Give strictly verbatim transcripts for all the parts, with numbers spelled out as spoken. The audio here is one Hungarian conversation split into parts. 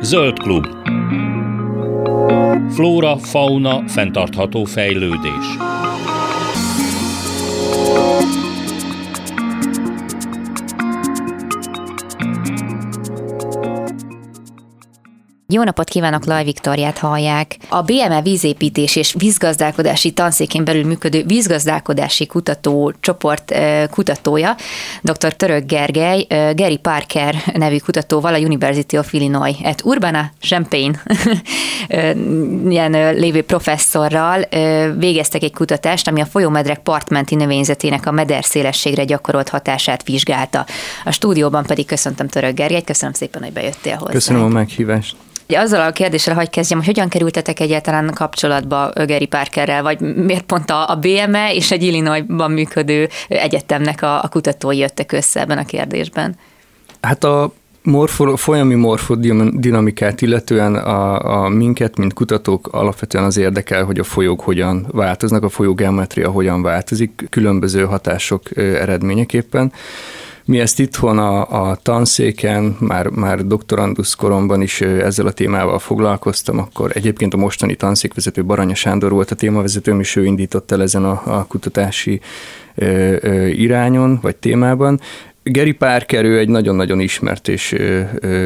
Zöld klub. Flóra, fauna, fenntartható fejlődés. Jó napot kívánok, Laj Viktóriát hallják. A bé em e vízépítés és vízgazdálkodási tanszékén belül működő vízgazdálkodási kutató csoport kutatója, dr. Török Gergely, Gary Parker nevű kutatóval, a University of Illinois at Urbana-Champaign ilyen lévő professzorral végeztek egy kutatást, ami a folyómedrek partmenti növényzetének a mederszélességre gyakorolt hatását vizsgálta. A stúdióban pedig köszöntöm Török Gergelyt, köszönöm szépen, hogy bejöttél hozzá. Köszönöm a meghívást. Azzal a kérdéssel hadd kezdjem, hogy hogyan kerültetek egyáltalán kapcsolatba Gary Parkerrel, vagy miért pont a bé em e és egy Illinoisban működő egyetemnek a, a kutatói jöttek össze ebben a kérdésben? Hát a morfo, folyami morfodinamikát illetően a, a minket, mint kutatók alapvetően az érdekel, hogy a folyók hogyan változnak, a folyógeometria hogyan változik, különböző hatások eredményeképpen. Mi ezt itthon a, a tanszéken, már, már doktorandusz koromban is ezzel a témával foglalkoztam, akkor egyébként a mostani tanszékvezető Baranya Sándor volt a témavezetőm, és ő indított el ezen a, a kutatási ö, ö, irányon, vagy témában. Gary Parker, ő egy nagyon-nagyon ismert és ö, ö,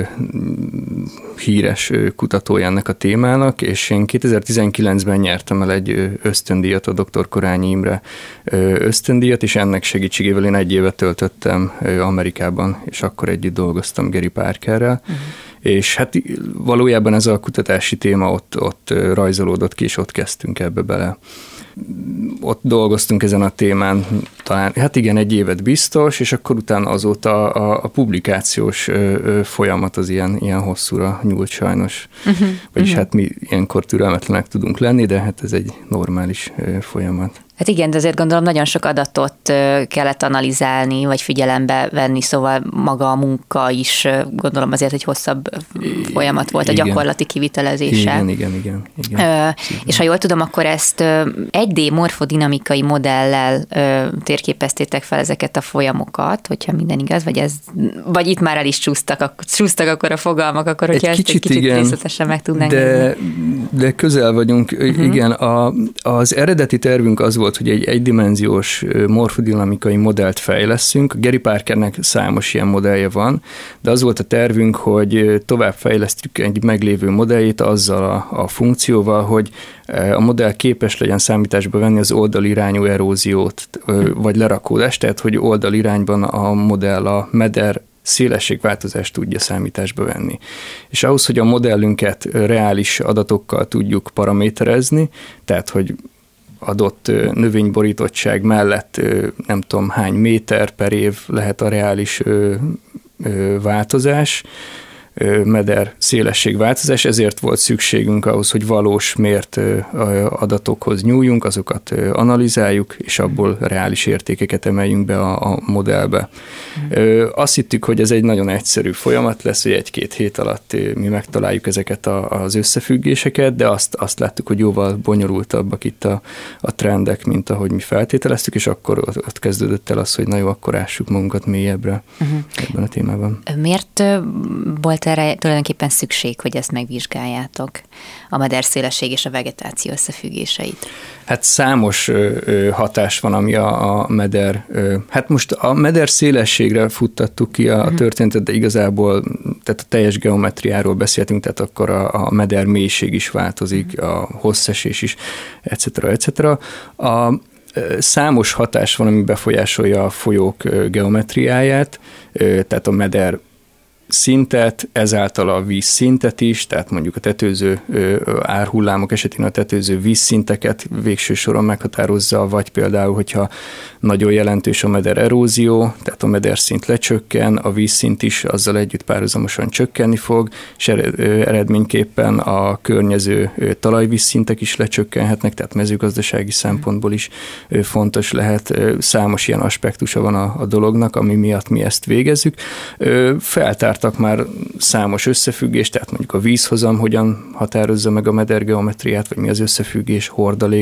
híres kutatója ennek a témának, és én kétezer-tizenkilencben nyertem el egy ösztöndíjat, a doktor Korányi Imre ösztöndíjat, és ennek segítségével én egy évet töltöttem Amerikában, és akkor együtt dolgoztam Gary Parkerrel. Uh-huh. És hát valójában ez a kutatási téma ott, ott rajzolódott ki, és ott kezdtünk ebbe bele. Ott dolgoztunk ezen a témán talán, hát igen, egy évet biztos, és akkor utána azóta a, a publikációs folyamat az ilyen, ilyen hosszúra nyúlt sajnos. Uh-huh, Vagyis uh-huh. hát mi ilyenkor türelmetlenek tudunk lenni, de hát ez egy normális folyamat. Hát igen, de azért gondolom nagyon sok adatot kellett analizálni, vagy figyelembe venni, szóval maga a munka is gondolom azért egy hosszabb folyamat volt, igen. A gyakorlati kivitelezése. Igen, igen, igen. igen. Ö, és ha jól tudom, akkor ezt egy dé morfodinamikai modellel ö, térképeztétek fel ezeket a folyamokat, hogyha minden igaz, vagy, ez, vagy itt már el is csúsztak, csúsztak akkor a fogalmak, akkor hogyha egy ezt kicsit, egy kicsit igen, részletesen meg tudnánk. De, de közel vagyunk. Uh-huh. Igen, a, az eredeti tervünk az volt, hogy egy egydimenziós morfodinamikai modellt fejleszünk. Gary Parkernek számos ilyen modellje van, de az volt a tervünk, hogy tovább fejlesztjük egy meglévő modelljét azzal a, a funkcióval, hogy a modell képes legyen számításba venni az oldalirányú eróziót, vagy lerakódást, tehát hogy oldalirányban a modell a meder szélességváltozást tudja számításba venni. És ahhoz, hogy a modellünket reális adatokkal tudjuk paraméterezni, tehát hogy adott növényborítottság mellett nem tudom hány méter per év lehet a reális változás, meder szélességváltozás, ezért volt szükségünk ahhoz, hogy valós mért adatokhoz nyúljunk, azokat analizáljuk, és abból reális értékeket emeljünk be a, a modellbe. Mm. Azt hittük, hogy ez egy nagyon egyszerű folyamat lesz, hogy egy-két hét alatt mi megtaláljuk ezeket a, az összefüggéseket, de azt, azt láttuk, hogy jóval bonyolultabbak itt a, a trendek, mint ahogy mi feltételeztük, és akkor ott kezdődött el az, hogy na jó, akkor ássuk magunkat mélyebbre uh-huh. ebben a témában. Miért volt erre tulajdonképpen szükség, hogy ezt megvizsgáljátok, a mederszélesség és a vegetáció összefüggéseit? Hát számos ö, hatás van, ami a, a meder, ö, hát most a meder szélességre futtattuk ki a, uh-huh. a történetet, de igazából tehát a teljes geometriáról beszéltünk, tehát akkor a, a meder mélység is változik, uh-huh. a hosszesés is, et cetera, et cetera. A számos hatás van, ami befolyásolja a folyók geometriáját, tehát a meder szintet, ezáltal a vízszintet is, tehát mondjuk a tetőző árhullámok esetén a tetőző vízszinteket végső soron meghatározza, vagy például, hogyha nagyon jelentős a meder erózió, tehát a mederszint lecsökken, a vízszint is azzal együtt párhuzamosan csökkenni fog, és eredményképpen a környező talajvízszintek is lecsökkenhetnek, tehát mezőgazdasági szempontból is fontos lehet. Számos ilyen aspektusa van a, a dolognak, ami miatt mi ezt végezzük. Feltárt már számos összefüggést, tehát mondjuk a vízhozam hogyan határozza meg a medergeometriát, vagy mi az összefüggés,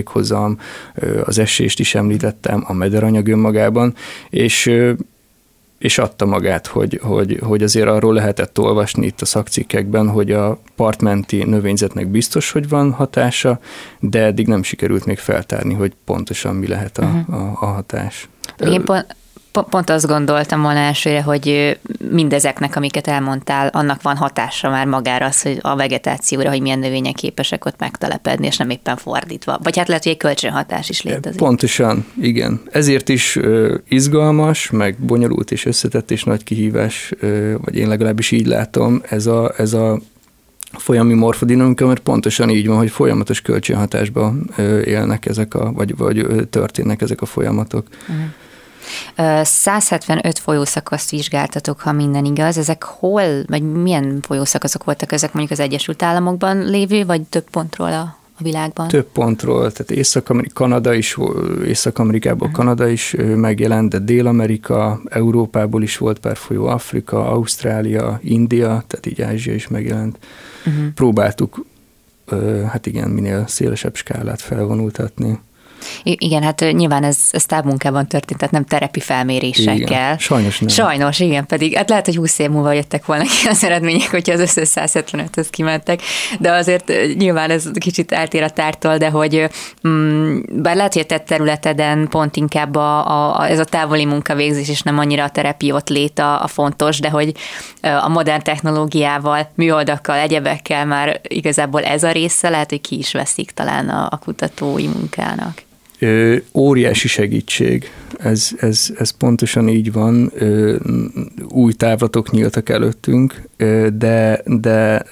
hordalékhozam, az esést is említettem, a mederanyag önmagában, és és adta magát, hogy, hogy, hogy azért arról lehetett olvasni itt a szakcikkekben, hogy a partmenti növényzetnek biztos, hogy van hatása, de eddig nem sikerült még feltárni, hogy pontosan mi lehet a, uh-huh. a, a hatás. Én pont, pont azt gondoltam volna elsőre, hogy mindezeknek, amiket elmondtál, annak van hatása már magára az, hogy a vegetációra, hogy milyen növények képesek ott megtelepedni, és nem éppen fordítva. Vagy hát lehet, hogy egy kölcsönhatás is létezik. Pontosan, igen. Ezért is izgalmas, meg bonyolult és összetett és nagy kihívás, vagy én legalábbis így látom, ez a, ez a folyami morfodinamika, mert pontosan így van, hogy folyamatos kölcsönhatásban élnek ezek a, vagy, vagy történnek ezek a folyamatok. Uh-huh. száz hetvenöt folyószakaszt vizsgáltatok, ha minden igaz. Ezek hol, vagy milyen folyószakaszok voltak ezek, mondjuk az Egyesült Államokban lévő, vagy több pontról a, a világban? Több pontról, tehát Észak-Amerika, Kanada is, Észak-Amerikából uh-huh. Kanada is megjelent, de Dél-Amerika, Európából is volt pár folyó, Afrika, Ausztrália, India, tehát így Ázsia is megjelent. Uh-huh. Próbáltuk, hát igen, minél szélesebb skálát felvonultatni. Igen, hát nyilván ez, ez távmunkában történt, tehát nem terepi felmérésekkel. Igen, sajnos nem. Sajnos, igen, pedig hát lehet, hogy húsz év múlva jöttek volna ki az eredmények, hogyha az összes száz hetvenöthöz kimentek, de azért nyilván ez kicsit eltér a tártól, de hogy mm, bár lehet, hogy a te területeden pont inkább a, a, ez a távoli munkavégzés, és nem annyira a terepi ott lét a, a fontos, de hogy a modern technológiával, műholdakkal, egyebekkel már igazából ez a része lehet, hogy ki is veszik talán a, a kutatói munkának. Ö, óriási segítség, ez, ez, ez pontosan így van, ö, új távlatok nyíltak előttünk, ö, de, de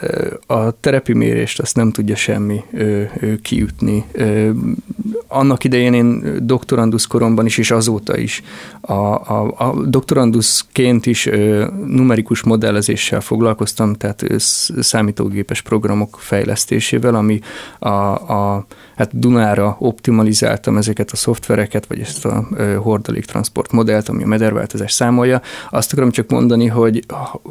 a terepimérést azt nem tudja semmi ö, ö, kiütni. Ö, annak idején én doktorandusz koromban is, és azóta is, a, a, a doktoranduszként is ö, numerikus modellezéssel foglalkoztam, tehát ö, számítógépes programok fejlesztésével, ami a, a hát Dunára optimalizáltam ezeket a szoftvereket, vagy ezt a hordaléktranszport modellt, ami a mederváltozás számolja. Azt akarom csak mondani, hogy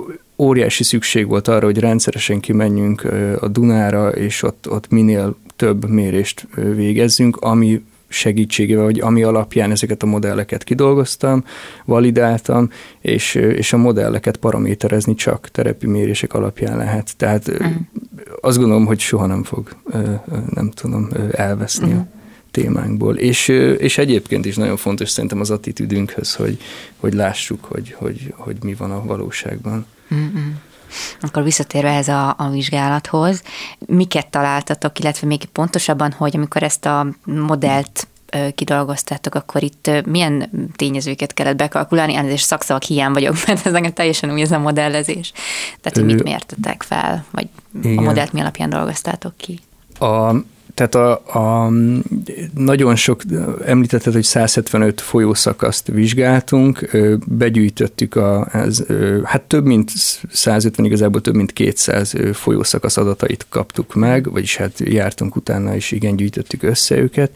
óriási szükség volt arra, hogy rendszeresen kimenjünk a Dunára, és ott, ott minél több mérést végezzünk, ami segítségével, vagy ami alapján ezeket a modelleket kidolgoztam, validáltam, és, és a modelleket paraméterezni csak terepi mérések alapján lehet. Tehát uh-huh. azt gondolom, hogy soha nem fog, nem tudom, elveszni uh-huh. a témánkból. És, és egyébként is nagyon fontos szerintem az attitűdünkhöz, hogy, hogy lássuk, hogy, hogy, hogy mi van a valóságban. Uh-huh. Akkor visszatérve ez a, a vizsgálathoz, miket találtatok, illetve még pontosabban, hogy amikor ezt a modellt kidolgoztátok, akkor itt milyen tényezőket kellett bekalkulálni? Elnézést, szakszavak hiány vagyok, mert ez engem teljesen új ez a modellezés. Tehát, hogy mit mértetek fel, vagy igen. A modellt mi alapján dolgoztátok ki? A Tehát a, a nagyon sok, említetted, hogy száz hetvenöt folyószakaszt vizsgáltunk, begyűjtöttük a, ez, hát több mint száz ötven, igazából több mint kétszáz folyószakasz adatait kaptuk meg, vagyis hát jártunk utána, és igen, gyűjtöttük össze őket,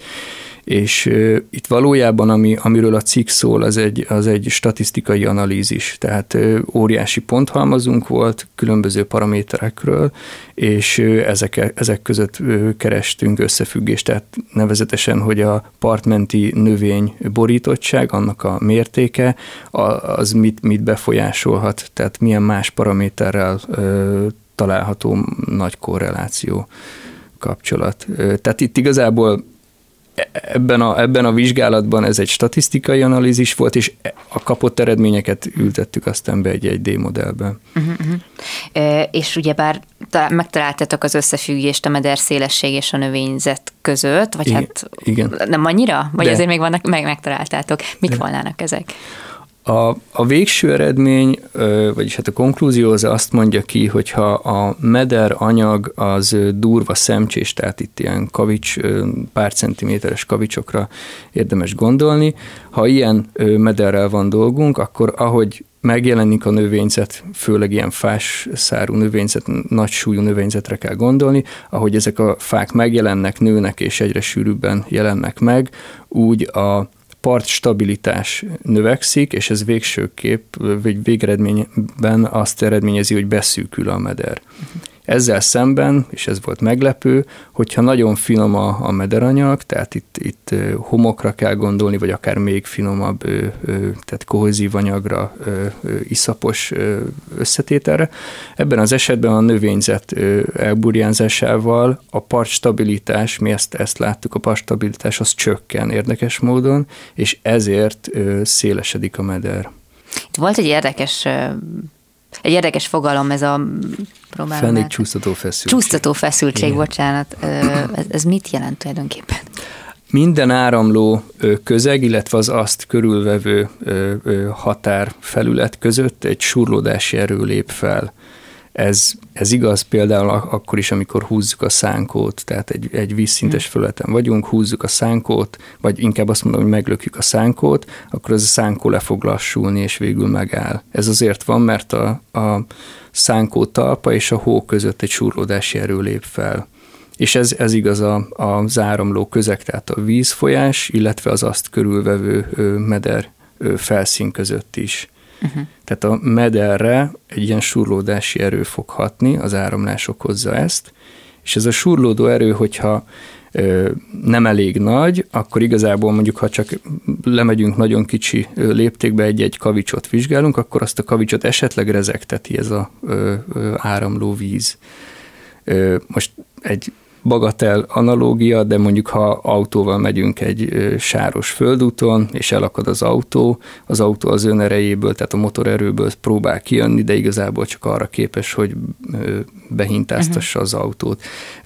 és uh, itt valójában, ami, amiről a cikk szól, az egy, az egy statisztikai analízis, tehát uh, óriási ponthalmazunk volt különböző paraméterekről, és uh, ezek, ezek között uh, kerestünk összefüggést, tehát nevezetesen, hogy a partmenti növény borítottság, annak a mértéke, az mit, mit befolyásolhat, tehát milyen más paraméterrel uh, található nagy korreláció kapcsolat. Uh, tehát itt igazából Ebben a, ebben a vizsgálatban ez egy statisztikai analízis volt, és a kapott eredményeket ültettük aztán be egy egy D-modellbe. Uh-huh, uh-huh. E, és ugyebár megtaláltatok az összefüggést a meder szélesség és a növényzet között, vagy igen, hát igen. Nem annyira? Vagy De. azért még vannak, meg megtaláltátok? Mik De. volnának ezek? A, a végső eredmény, vagyis hát a konklúzió az azt mondja ki, hogyha a meder anyag az durva szemcsés, tehát itt ilyen kavics, pár centiméteres kavicsokra érdemes gondolni. Ha ilyen mederrel van dolgunk, akkor ahogy megjelenik a növényzet, főleg ilyen fás szárú növényzet, nagy súlyú növényzetre kell gondolni, ahogy ezek a fák megjelennek, nőnek és egyre sűrűbben jelennek meg, úgy a partstabilitás növekszik, és ez végsőképp, vagy végeredményben azt eredményezi, hogy beszűkül a meder. Uh-huh. Ezzel szemben, és ez volt meglepő, hogyha nagyon finom a, a mederanyag, tehát itt, itt homokra kell gondolni, vagy akár még finomabb, tehát kohezív anyagra, iszapos összetételre. Ebben az esetben a növényzet elburjánzásával a partstabilitás, mi ezt, ezt láttuk, a partstabilitás az csökken érdekes módon, és ezért szélesedik a meder. Volt egy érdekes Egy érdekes fogalom ez a... Fennék csúsztató feszültség. Csúsztató feszültség, igen. Bocsánat. Ez, ez mit jelent tulajdonképpen? Minden áramló közeg, illetve az azt körülvevő határfelület között egy surlódási erő lép fel. Ez, ez igaz például akkor is, amikor húzzuk a szánkót, tehát egy, egy vízszintes felületen vagyunk, húzzuk a szánkót, vagy inkább azt mondom, hogy meglökjük a szánkót, akkor az a szánkó le fog lassulni, és végül megáll. Ez azért van, mert a, a szánkó talpa és a hó között egy surlódási erő lép fel. És ez, ez igaz a, az áramló közeg, tehát a vízfolyás, illetve az azt körülvevő meder felszín között is. Uh-huh. Tehát a mederre egy ilyen surlódási erő fog hatni, az áramlás okozza ezt, és ez a surlódó erő, hogyha ö, nem elég nagy, akkor igazából mondjuk, ha csak lemegyünk nagyon kicsi léptékbe, egy-egy kavicsot vizsgálunk, akkor azt a kavicsot esetleg rezegteti ez a ö, ö, áramló víz. Ö, most egy bagatel analógia, de mondjuk ha autóval megyünk egy sáros földúton, és elakad az autó, az autó az önerejéből, tehát a motorerőből próbál kijönni, de igazából csak arra képes, hogy behintáztassa az autót.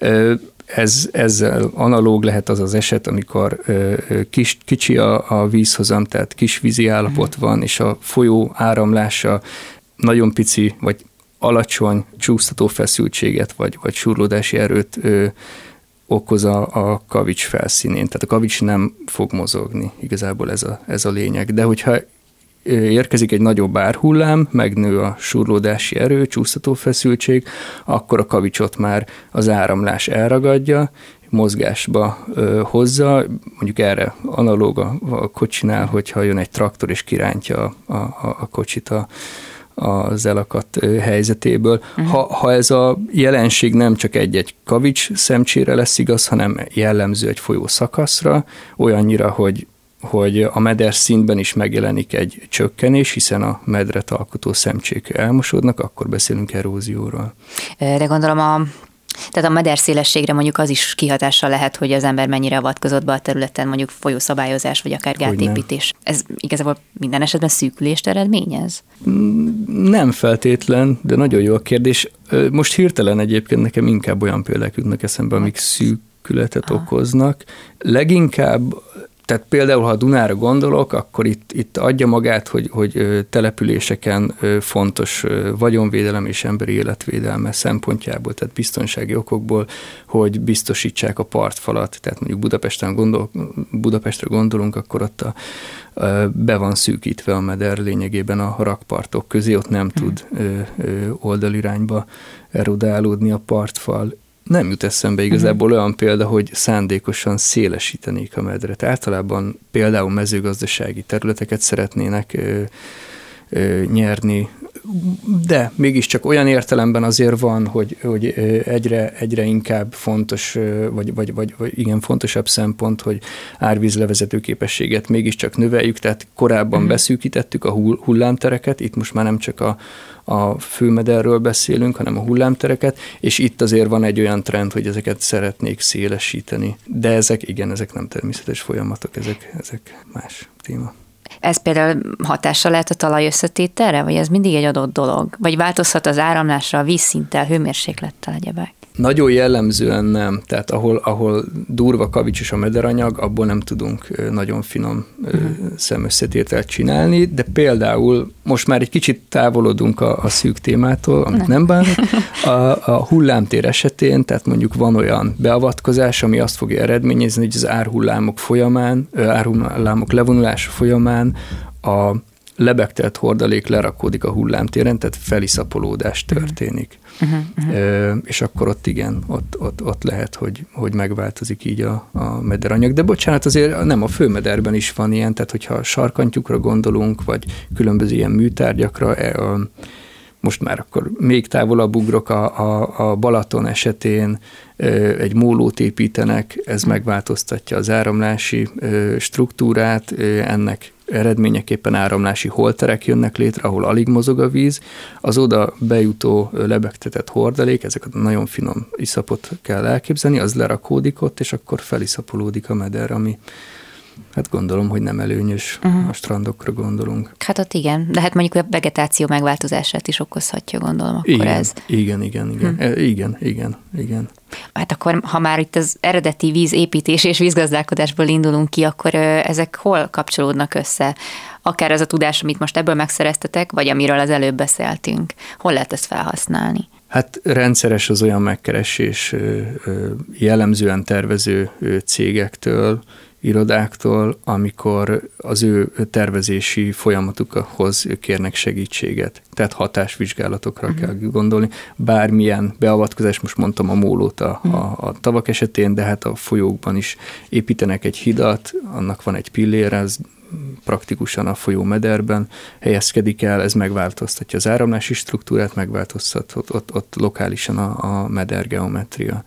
Ez, ezzel analóg lehet az az eset, amikor kis, kicsi a, a vízhozam, tehát kis vízi állapot van, és a folyó áramlása nagyon pici, vagy alacsony csúsztató feszültséget, vagy, vagy surlódási erőt ö, okoz a, a kavics felszínén. Tehát a kavics nem fog mozogni, igazából ez a, ez a lényeg. De hogyha érkezik egy nagyobb árhullám, megnő a surlódási erő, csúsztató feszültség, akkor a kavicsot már az áramlás elragadja, mozgásba ö, hozza, mondjuk erre analóg a, a kocsinál, hogyha jön egy traktor és kirántja a, a, a kocsit a az elakadt helyzetéből. Uh-huh. Ha, ha ez a jelenség nem csak egy-egy kavics szemcsére lesz igaz, hanem jellemző egy folyó szakaszra, olyannyira, hogy, hogy a meder szintben is megjelenik egy csökkenés, hiszen a medret alkotó szemcsék elmosódnak, akkor beszélünk erózióról. De gondolom a Tehát a mederszélességre mondjuk az is kihatással lehet, hogy az ember mennyire avatkozott be a területen, mondjuk folyószabályozás, vagy akár gátépítés. Ez igazából minden esetben szűkülést eredményez? Nem feltétlen, de nagyon jó a kérdés. Most hirtelen egyébként nekem inkább olyan példák jutnak eszembe, amik szűkületet ah. okoznak. Leginkább, tehát például, ha a Dunára gondolok, akkor itt, itt adja magát, hogy, hogy településeken fontos vagyonvédelem és emberi életvédelme szempontjából, tehát biztonsági okokból, hogy biztosítsák a partfalat. Tehát mondjuk Budapesten gondol, Budapestre gondolunk, akkor ott a, be van szűkítve a meder lényegében a rakpartok közé, ott nem hmm. tud oldalirányba erodálódni a partfal. Nem jut eszembe igazából uh-huh. olyan példa, hogy szándékosan szélesítenék a medret. Általában például mezőgazdasági területeket szeretnének ö, ö, nyerni, de mégiscsak olyan értelemben azért van, hogy, hogy egyre, egyre inkább fontos, vagy, vagy, vagy, vagy igen fontosabb szempont, hogy árvízlevezető képességet mégiscsak növeljük, tehát korábban uh-huh. beszűkítettük a hull, hullámtereket, itt most már nem csak a a főmederről beszélünk, hanem a hullámtereket, és itt azért van egy olyan trend, hogy ezeket szeretnék szélesíteni. De ezek, igen, ezek nem természetes folyamatok, ezek, ezek más téma. Ez például hatással lehet a talaj összetételre, vagy ez mindig egy adott dolog? Vagy változhat az áramlásra, a vízszinttel, hőmérséklettel, egyebek? Nagyon jellemzően nem. Tehát ahol, ahol durva kavicsos a mederanyag, abból nem tudunk nagyon finom uh-huh. szemösszetételt csinálni, de például most már egy kicsit távolodunk a, a szűk témától, amit nem, nem bánok. A, a hullámtér esetén, tehát mondjuk van olyan beavatkozás, ami azt fogja eredményezni, hogy az árhullámok folyamán, árhullámok levonulása folyamán a lebegtelt hordalék lerakódik a hullámtéren, tehát feliszapolódás történik. Uh-huh, uh-huh. E, és akkor ott igen, ott, ott, ott lehet, hogy, hogy megváltozik így a, a mederanyag. De bocsánat, azért nem a főmederben is van ilyen, tehát hogyha sarkantyúkra gondolunk, vagy különböző ilyen műtárgyakra, e, a, most már akkor még távolabb ugrok a, a, a Balaton esetén, egy mólót építenek, ez megváltoztatja az áramlási struktúrát, ennek eredményeképpen áramlási holterek jönnek létre, ahol alig mozog a víz, az oda bejutó lebegtetett hordalék, ezeket a nagyon finom iszapot kell elképzelni, az lerakódik ott, és akkor feliszapolódik a meder, ami hát gondolom, hogy nem előnyös, uh-huh. a strandokra gondolunk. Hát ott igen, de hát mondjuk a vegetáció megváltozását is okozhatja, gondolom, akkor igen, ez. Igen, igen, igen, hm. igen, igen, igen. Hát akkor, ha már itt az eredeti vízépítés és vízgazdálkodásból indulunk ki, akkor ezek hol kapcsolódnak össze? Akár az a tudás, amit most ebből megszereztetek, vagy amiről az előbb beszéltünk. Hol lehet ezt felhasználni? Hát rendszeres az olyan megkeresés jellemzően tervező cégektől, irodáktól, amikor az ő tervezési folyamatukhoz kérnek segítséget. Tehát hatásvizsgálatokra uh-huh. kell gondolni. Bármilyen beavatkozás, most mondtam a mólót a, uh-huh. a, a tavak esetén, de hát a folyókban is építenek egy hidat, annak van egy pillére, az praktikusan a folyó mederben helyezkedik el, ez megváltoztatja az áramlási struktúrát, megváltoztatja ott, ott, ott lokálisan a, a medergeometria.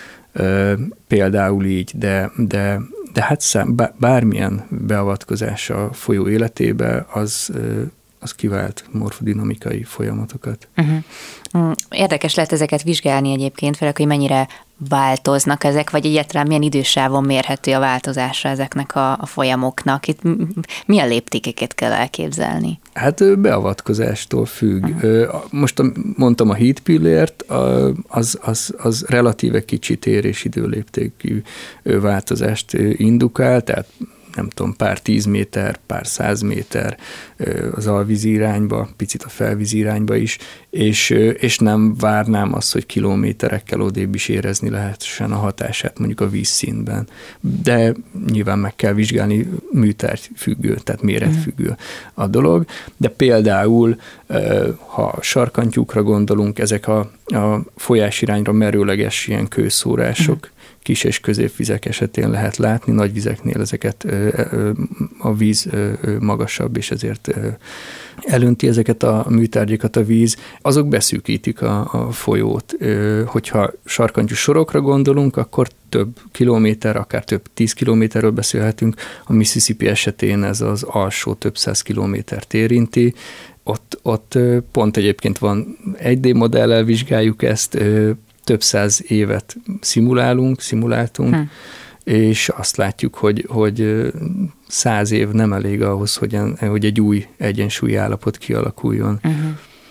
Például így, de, de De hát szám, bármilyen beavatkozás a folyó életébe, az, az kivált morfodinamikai folyamatokat. Uh-huh. Érdekes lehet ezeket vizsgálni egyébként, főleg, hogy mennyire változnak ezek, vagy egyáltalán milyen idősávon mérhető a változása ezeknek a, a folyamoknak. Itt milyen léptékeket kell elképzelni? Hát beavatkozástól függ. Uh-huh. Most mondtam a hídpillért, az, az, az relatíve kicsi tér- és időléptékű változást indukál, tehát nem tudom, pár tíz méter, pár száz méter az alvízi irányba, picit a felvízi irányba is, és, és nem várnám azt, hogy kilométerekkel odébb is érezni lehessen a hatását mondjuk a vízszintben. De nyilván meg kell vizsgálni, műtárgy függő, tehát méretfüggő a dolog, de például, ha sarkantyúkra gondolunk, ezek a, a folyásirányra merőleges ilyen kőszórások, kis és középvizek esetén lehet látni, nagy vizeknél ezeket a víz magasabb, és ezért elönti ezeket a műtárgyakat a víz, azok beszűkítik a, a folyót. Hogyha sarkantyú sorokra gondolunk, akkor több kilométer, akár több tíz kilométerről beszélhetünk. A Mississippi esetén ez az alsó több száz kilométert érinti. Ott, ott pont egyébként van egy dé modellel vizsgáljuk ezt, több száz évet szimulálunk, szimuláltunk, hm. és azt látjuk, hogy, hogy száz év nem elég ahhoz, hogy, hogy egy új egyensúlyi állapot kialakuljon. Uh-huh.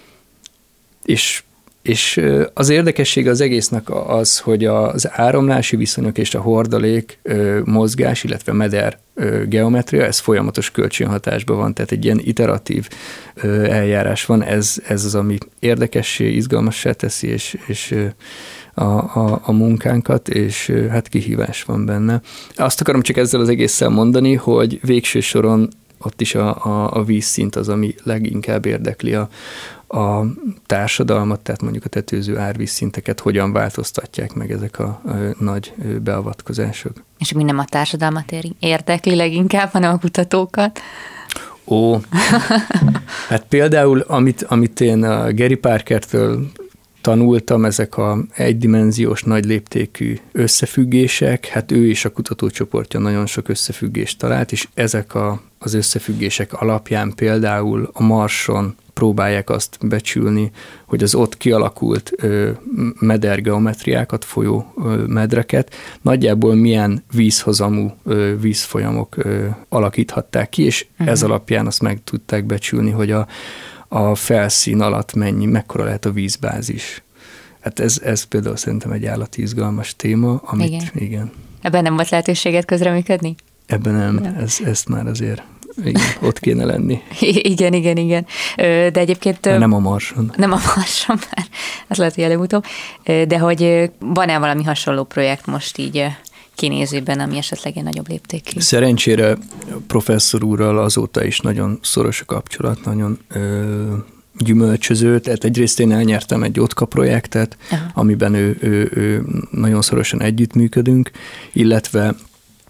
És, és az érdekesség az egésznek az, hogy az áramlási viszonyok és a hordalék mozgás, illetve meder geometria, ez folyamatos kölcsönhatásban van, tehát egy ilyen iteratív eljárás van, ez, ez az, ami érdekessé, izgalmassá teszi, és, és a, a, a munkánkat, és hát kihívás van benne. Azt akarom csak ezzel az egésszel mondani, hogy végső soron ott is a, a, a vízszint az, ami leginkább érdekli a, a társadalmat, tehát mondjuk a tetőző árvízszinteket hogyan változtatják meg ezek a, a nagy beavatkozások. És mi nem a társadalmat érdekli leginkább, hanem a kutatókat? Ó, hát például, amit, amit én a Gary Parkertől tanultam, ezek a egydimenziós, nagy léptékű összefüggések, hát ő és a kutatócsoportja nagyon sok összefüggést talált, és ezek a, az összefüggések alapján például a Marson próbálják azt becsülni, hogy az ott kialakult ö, medergeometriákat, folyó ö, medreket nagyjából milyen vízhozamú ö, vízfolyamok ö, alakíthatták ki, és uh-huh. ez alapján azt meg tudták becsülni, hogy a, a felszín alatt mennyi, mekkora lehet a vízbázis. Hát ez, ez például szerintem egy állati izgalmas téma, amit igen. igen. Ebben nem volt lehetőséget közreműködni? Ebben nem, nem. Ez, ezt már azért igen, ott kéne lenni. Igen, igen, igen. De egyébként... De nem a Marson. Nem a Marson már, az lehet, hogy előbb-utóbb. De hogy van-e valami hasonló projekt most így kinézőben, ami esetleg egy nagyobb léptékű? Szerencsére a professzor úrral azóta is nagyon szoros a kapcsolat, nagyon ö, gyümölcsöző. Tehát egyrészt én elnyertem egy Otka projektet, aha. amiben ő, ő, ő nagyon szorosan együttműködünk, illetve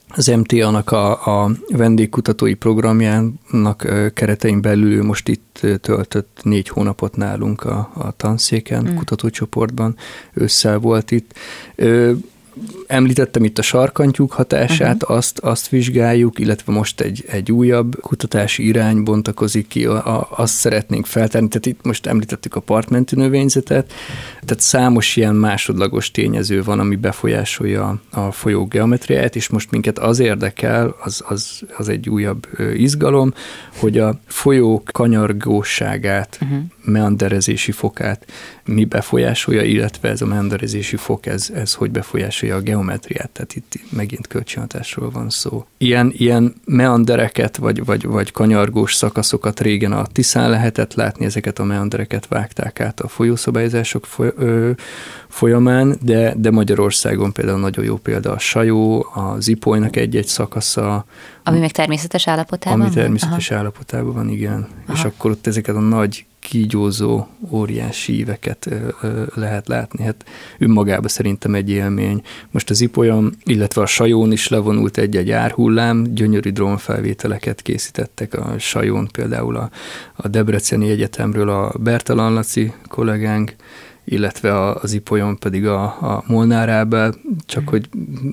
az em té á-nak a, a vendégkutatói programjának keretein belül most itt töltött négy hónapot nálunk a, a tanszéken, mm. kutatócsoportban, ősszel volt itt. Említettem itt a sarkantyúk hatását, uh-huh. azt, azt vizsgáljuk, illetve most egy, egy újabb kutatási irány bontakozik ki, a, a, azt szeretnénk feltárni. Tehát itt most említettük a partmenti növényzetet, tehát számos ilyen másodlagos tényező van, ami befolyásolja a folyók geometriáját, és most minket az érdekel, az, az, az egy újabb izgalom, hogy a folyók kanyargóságát, uh-huh. meanderezési fokát mi befolyásolja, illetve ez a meanderezési fok, ez, ez hogy befolyásolja a geometriát, tehát itt megint kölcsönhatásról van szó. Ilyen, ilyen meandereket, vagy, vagy, vagy kanyargós szakaszokat régen a Tiszán lehetett látni, ezeket a meandereket vágták át a folyószabályozások foly, ö, folyamán, de, de Magyarországon például nagyon jó példa a Sajó, az Ipolynak egy-egy szakasza. Ami meg természetes állapotában Ami természetes Aha. állapotában van, igen. Aha. És akkor ott ezeket a nagy kígyózó, óriási íveket lehet látni. Hát önmagában szerintem egy élmény. Most az Ipolyon, illetve a Sajón is levonult egy-egy árhullám, gyönyörű drónfelvételeket készítettek a Sajón, például a, a Debreceni Egyetemről a Bertalan Laci kollégánk, illetve az Ipolyon pedig a, a Molnár Ábel, csak hogy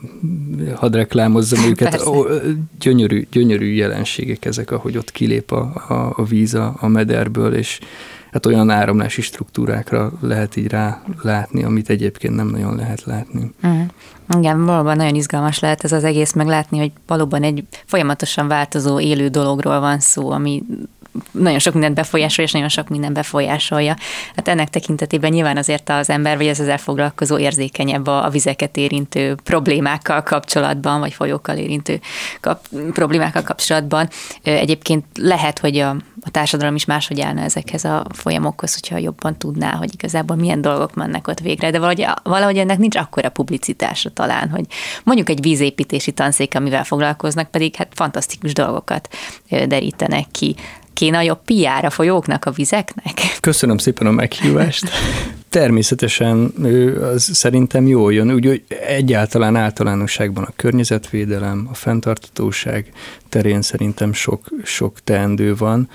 hadd reklámozzam őket. Ó, gyönyörű, gyönyörű jelenségek ezek, ahogy ott kilép a, a, a víz a, a mederből, és hát olyan áramlási struktúrákra lehet így rá látni, amit egyébként nem nagyon lehet látni. Uh-huh. Igen, valóban nagyon izgalmas lehet ez az egész meglátni, hogy valóban egy folyamatosan változó élő dologról van szó, ami nagyon sok mindent befolyásolja, és nagyon sok minden befolyásolja. Hát ennek tekintetében nyilván azért az ember, vagy az ezzel foglalkozó érzékenyebb a, a vizeket érintő problémákkal kapcsolatban, vagy folyókkal érintő kap, problémákkal kapcsolatban. Egyébként lehet, hogy a, a társadalom is máshogy állna ezekhez a folyamokhoz, hogyha jobban tudná, hogy igazából milyen dolgok mennek ott végre, de valahogy, valahogy ennek nincs akkora publicitása talán, hogy mondjuk egy vízépítési tanszék, amivel foglalkoznak, pedig hát fantasztikus dolgokat derítenek ki. Kéne a jobb pé er a folyóknak, a vizeknek? Köszönöm szépen a meghívást. Természetesen az szerintem jól jön, úgy egyáltalán általánosságban a környezetvédelem, a fenntarthatóság terén szerintem sok, sok teendő van,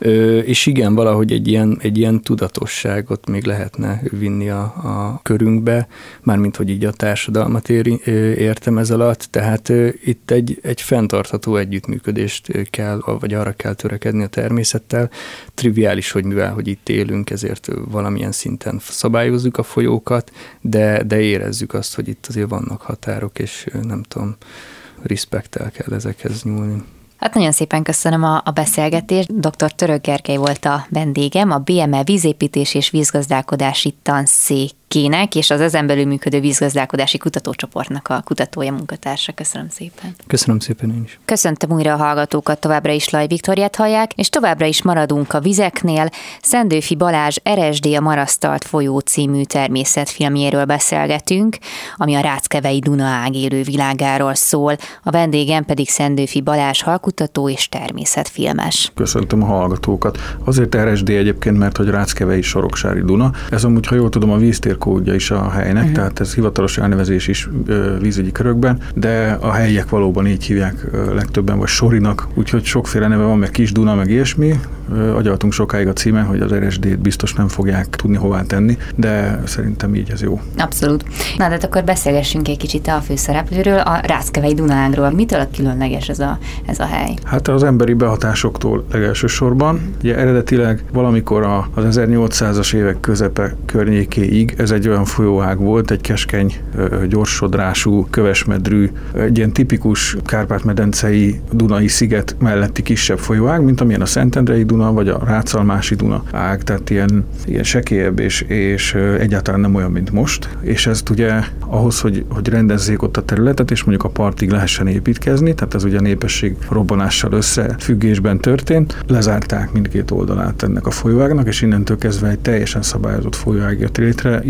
és igen, valahogy egy ilyen, egy ilyen tudatosságot még lehetne vinni a, a körünkbe, mármint hogy így a társadalmat éri, értem ez alatt, tehát itt egy, egy fenntartható együttműködést kell, vagy arra kell törekedni a természettel. Triviális, hogy mivel, hogy itt élünk, ezért valamilyen szinten szabályozzuk a folyókat, de, de érezzük azt, hogy itt azért vannak határok, és nem tudom, respekttel kell ezekhez nyúlni. Hát nagyon szépen köszönöm a, a beszélgetést. doktor Török Gergely volt a vendégem, a bé em e vízépítés és vízgazdálkodási tanszékének és az ezen belül működő vízgazdálkodási kutatócsoportnak a kutatója, munkatársa. Köszönöm szépen. Köszönöm szépen én is. Köszöntöm újra a hallgatókat, továbbra is Laj Viktóriát hallják, és továbbra is maradunk a vizeknél. Szendőfi Balázs er es dé a Marasztalt folyó című természetfilmjéről beszélgetünk, ami a Ráckevei Dunaág élő világáról szól. A vendégem pedig Szendőfi Balázs halkutató és természetfilmes. Köszöntöm a hallgatókat. Azért er es dé egyébként, mert hogy Ráckevei Soroksári Duna. Ez amúgy, ha jól tudom, a víztérkódja is a helynek, uh-huh. tehát ez hivatalos elnevezés is ö, vízügyi körökben, de a helyiek valóban így hívják ö, legtöbben, vagy Sorinak, úgyhogy sokféle neve van, meg Kis Duna, meg ilyesmi. Ö, agyaltunk sokáig a címen, hogy az er es dét biztos nem fogják tudni hová tenni, de szerintem így ez jó. Abszolút. Na, de akkor beszélgessünk egy kicsit a főszereplőről, a Ráckevei Dunágról. Mitől különleges ez a, ez a hely? Hát az emberi behatásoktól legelsősorban. Ugye eredetileg valamikor az ezernyolcszázas évek közepe környékéig ez egy olyan folyóág volt, egy keskeny, gyorsodrású, kövesmedrű, egy ilyen tipikus Kárpát-medencei Dunai sziget melletti kisebb folyóág, mint amilyen a Szentendrei Duna, vagy a Rácalmási Duna ág, tehát ilyen, ilyen sekélyebb, és, és egyáltalán nem olyan, mint most. És ezt ugye ahhoz, hogy, hogy rendezzék ott a területet, és mondjuk a partig lehessen építkezni, tehát ez ugye a népesség robbanással összefüggésben történt, lezárták mindkét oldalát ennek a folyóágnak, és innentől kezdve egy teljesen szabályozott folyóág jött létre,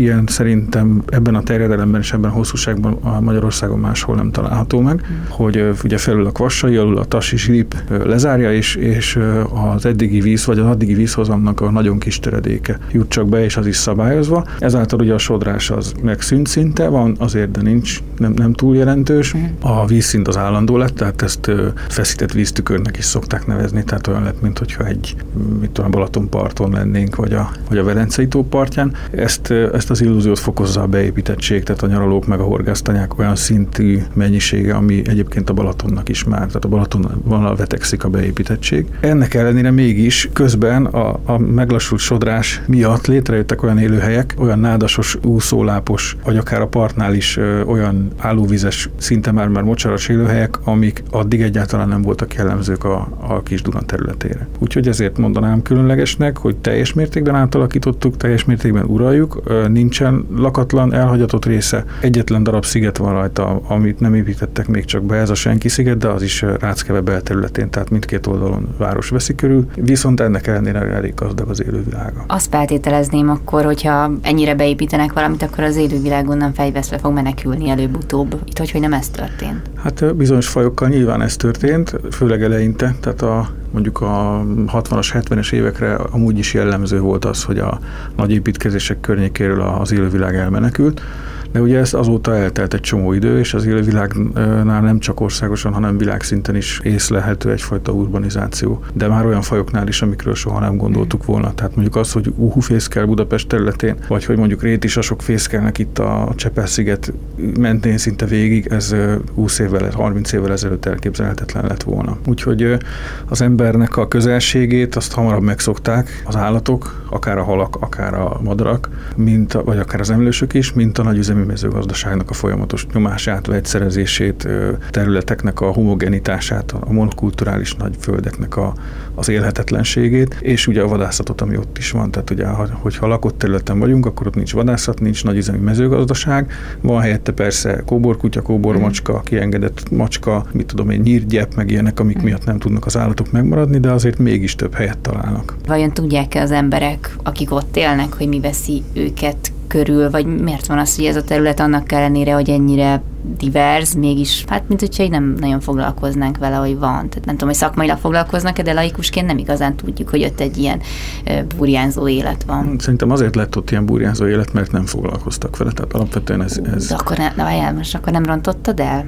ilyen szerintem ebben a terjedelemben és ebben a hosszúságban a Magyarországon máshol nem található meg, mm. hogy ugye felül a Kvassai, alul a Tassi Zsilip lezárja, és, és az eddigi víz, vagy az addigi vízhozamnak a nagyon kis töredéke jut csak be, és az is szabályozva. Ezáltal ugye a sodrás az megszűnt szinte, van azért, de nincs, nem, nem túl jelentős. Mm. A vízszint az állandó lett, tehát ezt feszített víztükörnek is szokták nevezni, tehát olyan lett, mint hogyha egy, mit tudom, Balatonparton lennénk, vagy a, vagy a Velencei tó partján. Ezt, ezt az illúziót fokozza a beépítettség, tehát a nyaralók meg a horgásztanyák olyan szintű mennyisége, ami egyébként a Balatonnak is már, tehát a Balatonban vetekszik a beépítettség. Ennek ellenére mégis közben a, a meglassult sodrás miatt létrejöttek olyan élőhelyek, olyan nádasos, úszólápos, vagy akár a partnál is ö, olyan állóvizes, szinte már már mocsaras élőhelyek, amik addig egyáltalán nem voltak jellemzők a, a Kis-Duna területére. Úgyhogy ezért mondanám különlegesnek, hogy teljes mértékben átalakítottuk, teljes mértékben uraljuk, nincsen lakatlan, elhagyatott része. Egyetlen darab sziget van rajta, amit nem építettek még csak be, ez a Senki sziget, de az is Ráckeve belterületén, tehát mindkét oldalon város veszi körül, viszont ennek ellenére elég gazdag az élővilága. Azt feltételezném akkor, hogyha ennyire beépítenek valamit, akkor az élővilág onnan fejvesztve fog menekülni előbb-utóbb. Itt hogy, hogy nem ez történt? Hát bizonyos fajokkal nyilván ez történt, főleg eleinte, tehát a mondjuk a hatvanas, hetvenes évekre amúgy is jellemző volt az, hogy a nagy építkezések környékéről az élővilág elmenekült. De ugye ez azóta eltelt egy csomó idő, és az élővilágnál nem csak országosan, hanem világszinten is észlelhető egyfajta urbanizáció. De már olyan fajoknál is, amikről soha nem gondoltuk volna. Tehát mondjuk az, hogy uhu fészkel Budapest területén, vagy hogy mondjuk rétisasok fészkelnek itt a Csepel-sziget mentén szinte végig, ez húsz évvel, harminc évvel ezelőtt elképzelhetetlen lett volna. Úgyhogy az embernek a közelségét azt hamarabb megszokták az állatok, akár a halak, akár a madarak, mint a, vagy akár az emlősök is, mint a nagyüzemi mezőgazdaságnak a folyamatos nyomását, vegyszerezését, területeknek a homogenitását, a monokulturális nagy földeknek a, az élhetetlenségét, és ugye a vadászatot, ami ott is van. Tehát ugye, hogyha lakott területen vagyunk, akkor ott nincs vadászat, nincs nagyüzemi mezőgazdaság, van helyette persze kóborkutya, kóbormacska, kiengedett macska, mit tudom én, nyírgyep, meg ilyenek, amik miatt nem tudnak az állatok megmaradni, de azért mégis több helyet találnak. Vajon tudják-e az emberek, akik ott élnek, hogy mi veszi őket körül, vagy miért van az, hogy ez a terület annak ellenére, hogy ennyire divers, mégis, hát mint hogyha nem nagyon foglalkoznánk vele, hogy van. Tehát nem tudom, hogy szakmailag foglalkoznak-e, de laikusként nem igazán tudjuk, hogy ott egy ilyen burjánzó élet van. Szerintem azért lett ott ilyen burjánzó élet, mert nem foglalkoztak vele, tehát alapvetően ez... ez... De akkor, ne, várjál, most akkor nem rontottad el?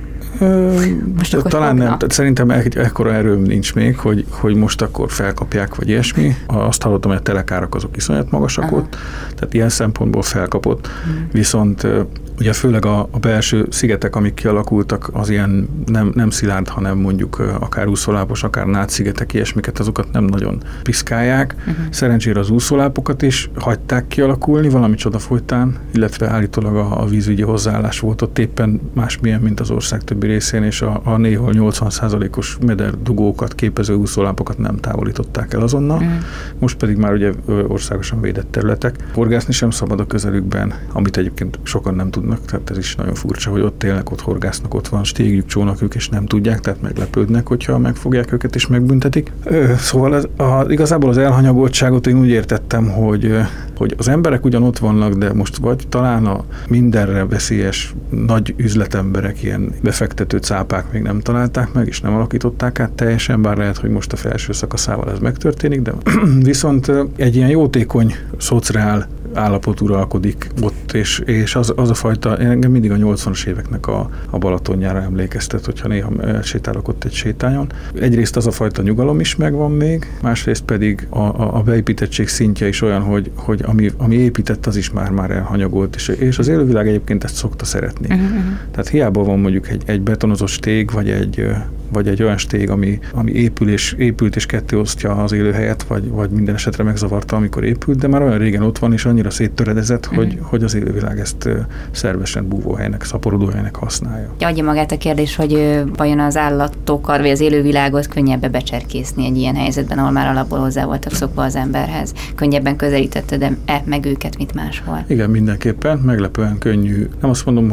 Most akkor talán fognak? Nem, tehát szerintem egy, ekkora erőm nincs még, hogy, hogy most akkor felkapják, vagy ilyesmi. Azt hallottam, hogy a telekárak azok iszonyat magasak Aha. ott, tehát ilyen szempontból felkapott. Hmm. Viszont ugye főleg a, a belső szigetek, amik kialakultak, az ilyen nem, nem szilárd, hanem mondjuk akár úszolápos, akár nádszigetek, ilyesmiket, azokat nem nagyon piszkálják. Uh-huh. Szerencsére az úszolápokat is hagyták kialakulni valami csoda folytán, illetve állítólag a, a vízügyi hozzáállás volt ott éppen másmilyen, mint az ország többi részén, és a, a néhol nyolcvan százalékos mederdugókat képező úszolápokat nem távolították el azonnal. Uh-huh. Most pedig már ugye országosan védett területek. Horgászni sem szabad a közelükben, amit egyébként sokan nem tudnak. Tehát ez is nagyon furcsa, hogy ott élnek, ott horgásznak, ott van stégjük, csónakjuk, és nem tudják, tehát meglepődnek, hogyha megfogják őket és megbüntetik. Szóval az, a, igazából az elhanyagoltságot én úgy értettem, hogy, hogy az emberek ugyan ott vannak, de most vagy talán a mindenre veszélyes nagy üzletemberek, ilyen befektető cápák még nem találták meg, és nem alakították át teljesen, bár lehet, hogy most a felső szakaszával ez megtörténik, de viszont egy ilyen jótékony, szociál állapot uralkodik ott, és, és az, az a fajta, engem mindig a nyolcvanas éveknek a, a Balatonjára emlékeztet, hogyha néha sétálok ott egy sétányon. Egyrészt az a fajta nyugalom is megvan még, másrészt pedig a, a, a beépítettség szintje is olyan, hogy, hogy ami, ami épített, az is már-már elhanyagolt, és, és az élővilág egyébként ezt szokta szeretni. Uh-huh. Tehát hiába van mondjuk egy, egy betonozott stég, vagy egy vagy egy olyan stég, ami, ami épül és, épült és ketté osztja az élőhelyet, vagy, vagy minden esetre megzavarta, amikor épült, de már olyan régen ott van, és annyira széttöredezett, mm. hogy, hogy az élővilág ezt szervesen búvóhelynek, szaporodóhelynek használja. Adja magát a kérdés, hogy vajon az állatokat, vagy az élővilágot könnyebb becserkészni egy ilyen helyzetben, ahol már alapból hozzá voltak szokva az emberhez. Könnyebben közelítetted-e meg őket, mint máshol? Igen, mindenképpen, meglepően könnyű. Nem azt mondom, hogy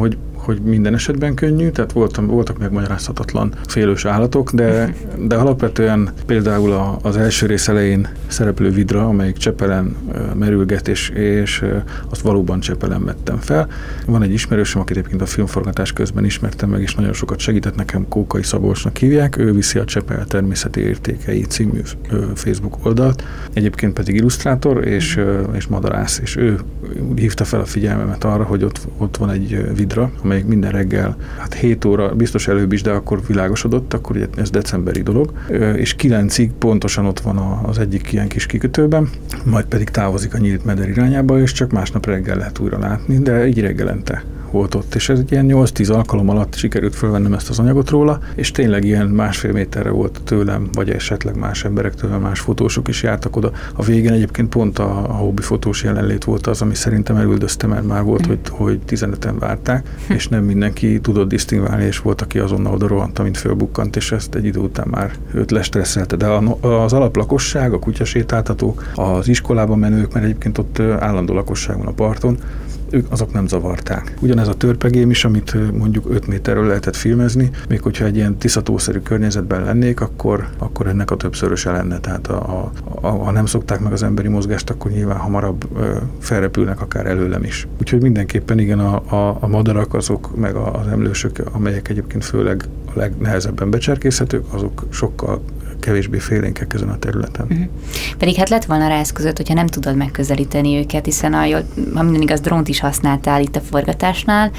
hogy minden esetben könnyű, tehát voltam, voltak megmagyarázhatatlan félős állatok, de, de alapvetően például a, az első rész elején szereplő vidra, amelyik Csepelen merülget, és, és azt valóban Csepelen vettem fel. Van egy ismerősöm, akit egyébként a filmforgatás közben ismertem meg, és nagyon sokat segített nekem, Kókai Szabolcsnak hívják, ő viszi a Csepel természeti értékei című Facebook oldalt, egyébként pedig illusztrátor és, és madarász, és ő hívta fel a figyelmemet arra, hogy ott, ott van egy vidra, amelyik minden reggel, hát hét óra, biztos előbb is, de akkor világosodott, akkor ugye ez decemberi dolog, és kilencig pontosan ott van az egyik ilyen kis kikötőben, majd pedig távozik a nyílt meder irányába, és csak másnap reggel lehet újra látni, de így reggelente volt ott, és ez egy ilyen nyolc-tíz alkalom alatt sikerült fölvennem ezt az anyagot róla, és tényleg ilyen másfél méterre volt tőlem, vagy esetleg más emberektől, más fotósok is jártak oda. A végén egyébként pont a, a hobbi fotós jelenlét volt az, ami szerintem elüldözte, mert már volt, mm. hogy, hogy tizenöten várták, hm. és nem mindenki tudott disztingválni, és volt, aki azonnal oda rohant, amint fölbukkant, és ezt egy idő után már őt lestresszelte. De az alaplakosság, a kutyasétáltatók, az iskolában menők, mert egyébként ott állandó lakosság van a parton, ők azok nem zavarták. Ugyanez a törpegém is, amit mondjuk öt méterről lehetett filmezni, még hogyha egy ilyen tiszatószerű környezetben lennék, akkor, akkor ennek a többszöröse lenne. Tehát a, a, ha nem szokták meg az emberi mozgást, akkor nyilván hamarabb ö, felrepülnek akár előlem is. Úgyhogy mindenképpen igen, a, a, a madarak azok, meg az emlősök, amelyek egyébként főleg a legnehezebben becserkészhetők, azok sokkal kevésbé félénkek ezen a területen. Uh-huh. Pedig hát lett volna rá eszközöd, hogyha nem tudod megközelíteni őket, hiszen a, ha minden igaz, drónt is használtál itt a forgatásnál,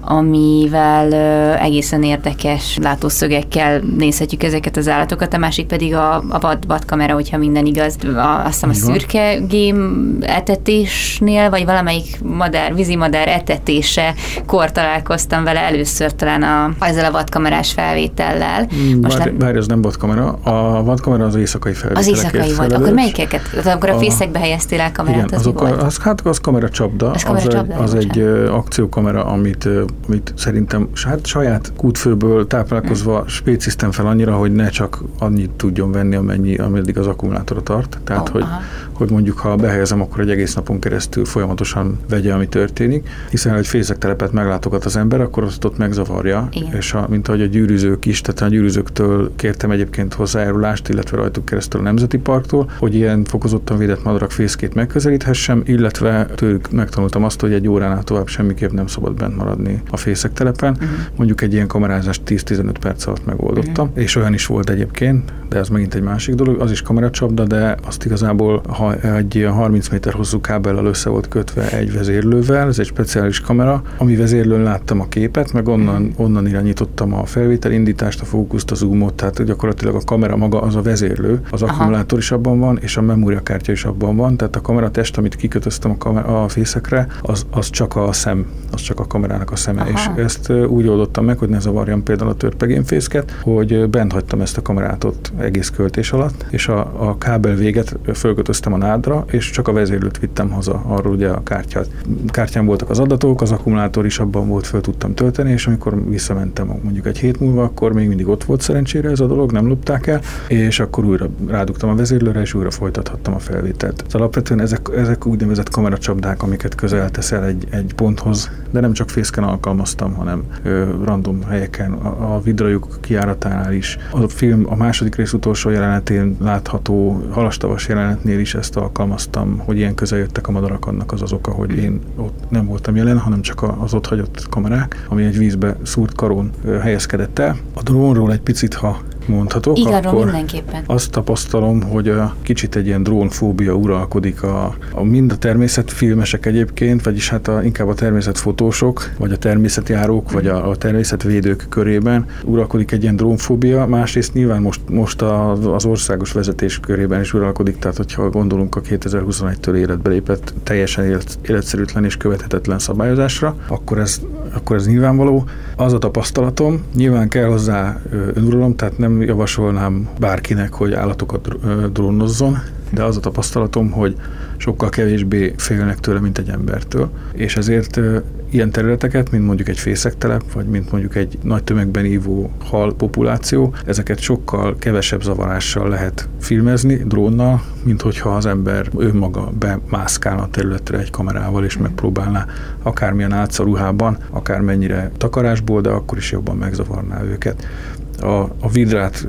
amivel uh, egészen érdekes látószögekkel nézhetjük ezeket az állatokat, a másik pedig a, a vad, vadkamera, hogyha minden igaz. A, azt hiszem a szürke gém etetésnél, vagy valamelyik madár, vízimadár etetése kor találkoztam vele először talán a, ezzel a vadkamerás felvétellel. Most bár, nem... bár ez nem vadkamera, a A vadkamera az éjszakai felvételekért Az éjszakai volt. Akkor melyikeket? Akkor a fészekbe helyeztél el kamerát, igen, az azok a, az, hát az kameracsapda. Az, kamera az, csapda, egy, az egy akciókamera, amit, amit szerintem hát saját kútfőből táplálkozva hmm. spéciztem fel annyira, hogy ne csak annyit tudjon venni, amennyi, ameddig az akkumulátora tart. Tehát, oh, hogy, hogy mondjuk, ha behelyezem, akkor egy egész napon keresztül folyamatosan vegye, ami történik. Hiszen, ha egy fészektelepet meglátogat az ember, akkor azt ott megzavarja. Igen. És a, mint ahogy a gyűrűzők is, tehát a gyűrűzőktől kértem egyébként hozzájárulást, illetve rajtuk keresztül a Nemzeti Parktól, hogy ilyen fokozottan védett madarak fészkét megközelíthessem, illetve tőlük megtanultam azt, hogy egy óránál tovább semmiképp nem szabad bent maradni a fészektelepen. Uh-huh. Mondjuk egy ilyen kamerázást tíz-tizenöt perc alatt megoldottam, uh-huh. és olyan is volt egyébként, de ez megint egy másik dolog, az is kameracsapda, de azt igazából, ha egy ilyen harminc méter hosszú kábellel össze volt kötve egy vezérlővel, ez egy speciális kamera, ami vezérlőn láttam a képet, meg onnan, uh-huh. onnan irányítottam a felvételindítást, a fókuszt, a zoomot, tehát gyakorlatilag a kamera maga az a vezérlő, az Aha. akkumulátor is abban van, és a memóriakártya is abban van, tehát a kameratest, amit kikötöztem a, kamer- a fészekre, az, az csak a szem, az csak a kamerának a szeme, Aha. és ezt úgy oldottam meg, hogy ne zavarjam például a törpegémfészket, hogy bent hagytam ezt a kamerát ott egész költés alatt, és a, a kábel véget fölkötöztem a nádra, és csak a vezérlőt vittem haza, arról ugye a kártyát. Kártyán voltak az adatok, az akkumulátor is abban volt, föl tudtam tölteni, és amikor visszamentem mondjuk egy hét múlva, akkor még mindig ott volt szerencsére ez a dolog, nem lopták el, és akkor újra rádugtam a vezérlőre, és újra folytathattam a felvételt. Tehát alapvetően ezek, ezek úgynevezett kameracsapdák, amiket közel teszel egy, egy ponthoz, de nem csak fészken alkalmaztam, hanem ö, random helyeken, a, a vidrajuk kijáratánál is. A film a második rész utolsó jelenetén látható halastavas jelenetnél is ezt alkalmaztam, hogy ilyen közel jöttek a madarak, annak az az oka, hogy én ott nem voltam jelen, hanem csak az ott hagyott kamerák, ami egy vízbe szúrt karón ö, helyezkedett el. A drónról egy picit, ha mondhatok, Igen, akkor mindenképpen. Azt tapasztalom, hogy a kicsit egy ilyen drónfóbia uralkodik a, a mind a természetfilmesek egyébként, vagyis hát a, inkább a természetfotósok, vagy a természetjárók, vagy a, a természetvédők körében uralkodik egy ilyen drónfóbia. Másrészt nyilván most, most a, az országos vezetés körében is uralkodik, tehát hogyha gondolunk a kétezer-huszonegytől életbe lépett teljesen élet, életszerűtlen és követhetetlen szabályozásra, akkor ez, akkor ez nyilvánvaló. Az a tapasztalatom, nyilván kell hozzá önuralom, tehát nem javasolnám bárkinek, hogy állatokat drónozzon, de az a tapasztalatom, hogy sokkal kevésbé félnek tőle, mint egy embertől, és ezért ilyen területeket, mint mondjuk egy fészektelep, vagy mint mondjuk egy nagy tömegben ívó hal populáció, ezeket sokkal kevesebb zavarással lehet filmezni drónnal, mint hogyha az ember önmaga bemászkálna a területre egy kamerával, és megpróbálná akármilyen álcaruhában, akármennyire takarásból, de akkor is jobban megzavarná őket. A, a vidrát